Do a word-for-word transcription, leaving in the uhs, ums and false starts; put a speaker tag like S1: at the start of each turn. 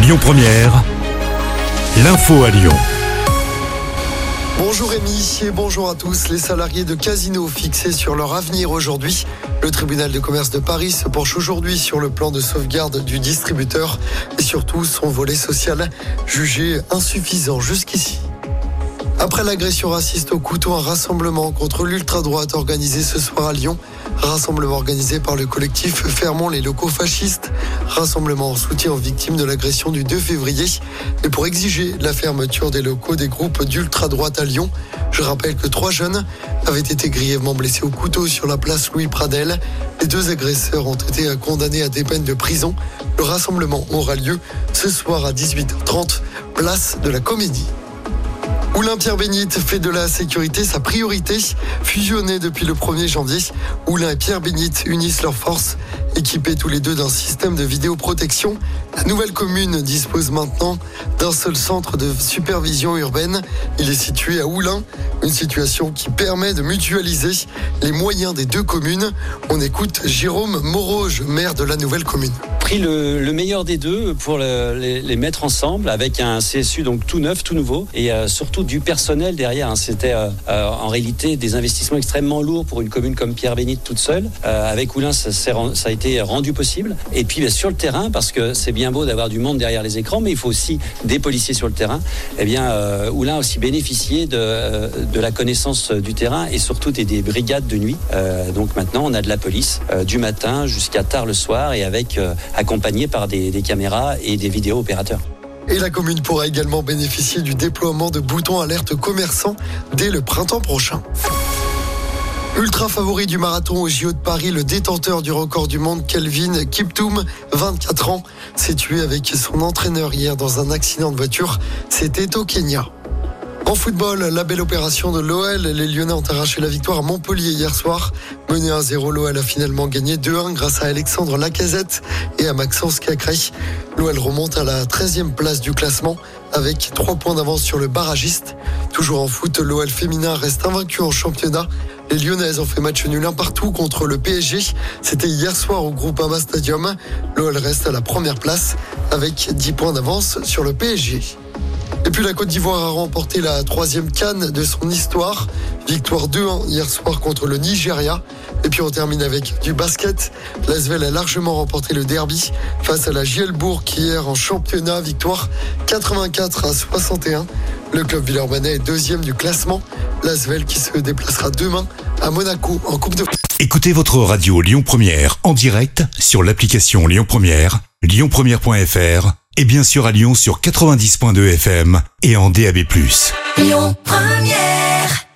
S1: Lyon Première, l'info à Lyon.
S2: Bonjour Rémi et bonjour à tous. Les salariés de Casino fixés sur leur avenir aujourd'hui. Le tribunal de commerce de Paris se penche aujourd'hui sur le plan de sauvegarde du distributeur et surtout son volet social jugé insuffisant jusqu'ici. Après l'agression raciste au couteau, un rassemblement contre l'ultra-droite organisé ce soir à Lyon. Rassemblement organisé par le collectif Fermons les locaux fascistes. Rassemblement en soutien aux victimes de l'agression du deux février et pour exiger la fermeture des locaux des groupes d'ultra-droite à Lyon. Je rappelle que trois jeunes avaient été grièvement blessés au couteau sur la place Louis Pradel. Les deux agresseurs ont été condamnés à des peines de prison. Le rassemblement aura lieu ce soir à dix-huit heures trente, place de la Comédie. Oulin Pierre-Bénite fait de la sécurité sa priorité. Fusionnés depuis le premier janvier, Oulin et Pierre-Bénite unissent leurs forces. Équipés tous les deux d'un système de vidéoprotection, la nouvelle commune dispose maintenant d'un seul centre de supervision urbaine. Il est situé à Oulin, une situation qui permet de mutualiser les moyens des deux communes. On écoute Jérôme Moroge, maire de la nouvelle commune.
S3: Pris le, le meilleur des deux pour le, les, les mettre ensemble avec un C S U donc tout neuf, tout nouveau et euh, surtout du personnel derrière. Hein. C'était euh, euh, en réalité des investissements extrêmement lourds pour une commune comme Pierre-Bénite toute seule. Euh, avec Oulin, ça, ça a été rendu possible. Et puis bah, sur le terrain, parce que c'est bien beau d'avoir du monde derrière les écrans, mais il faut aussi des policiers sur le terrain. Eh bien, euh, Oulin a aussi bénéficié de, de la connaissance du terrain et surtout des, des brigades de nuit. Euh, donc maintenant, on a de la police euh, du matin jusqu'à tard le soir et avec euh, accompagné par des, des caméras et des vidéos opérateurs.
S2: Et la commune pourra également bénéficier du déploiement de boutons alerte commerçants dès le printemps prochain. Ultra favori du marathon au J O de Paris, le détenteur du record du monde Kelvin Kiptoum, vingt-quatre ans, s'est tué avec son entraîneur hier dans un accident de voiture. C'était au Kenya. En football, la belle opération de l'O L. Les Lyonnais ont arraché la victoire à Montpellier hier soir. Mené un zéro, l'O L a finalement gagné deux un grâce à Alexandre Lacazette et à Maxence Cacré. L'O L remonte à la treizième place du classement avec trois points d'avance sur le barragiste. Toujours en foot, l'O L féminin reste invaincu en championnat. Les Lyonnaises ont fait match nul un partout contre le P S G. C'était hier soir au Groupama Stadium. L'O L reste à la première place avec dix points d'avance sur le P S G. Et puis la Côte d'Ivoire a remporté la troisième CAN de son histoire. Victoire deux un hier soir contre le Nigeria. Et puis on termine avec du basket. L'Asvel a largement remporté le derby face à la Gielbourg hier en championnat. Victoire quatre-vingt-quatre à soixante et un. Le club villeurbanais est deuxième du classement. L'Asvel qui se déplacera demain à Monaco en Coupe de France.
S1: Écoutez votre radio Lyon Première en direct sur l'application Lyon Première, lyon première point f r et bien sûr à Lyon sur quatre-vingt-dix virgule deux F M et en D A B plus.
S4: Lyon Première.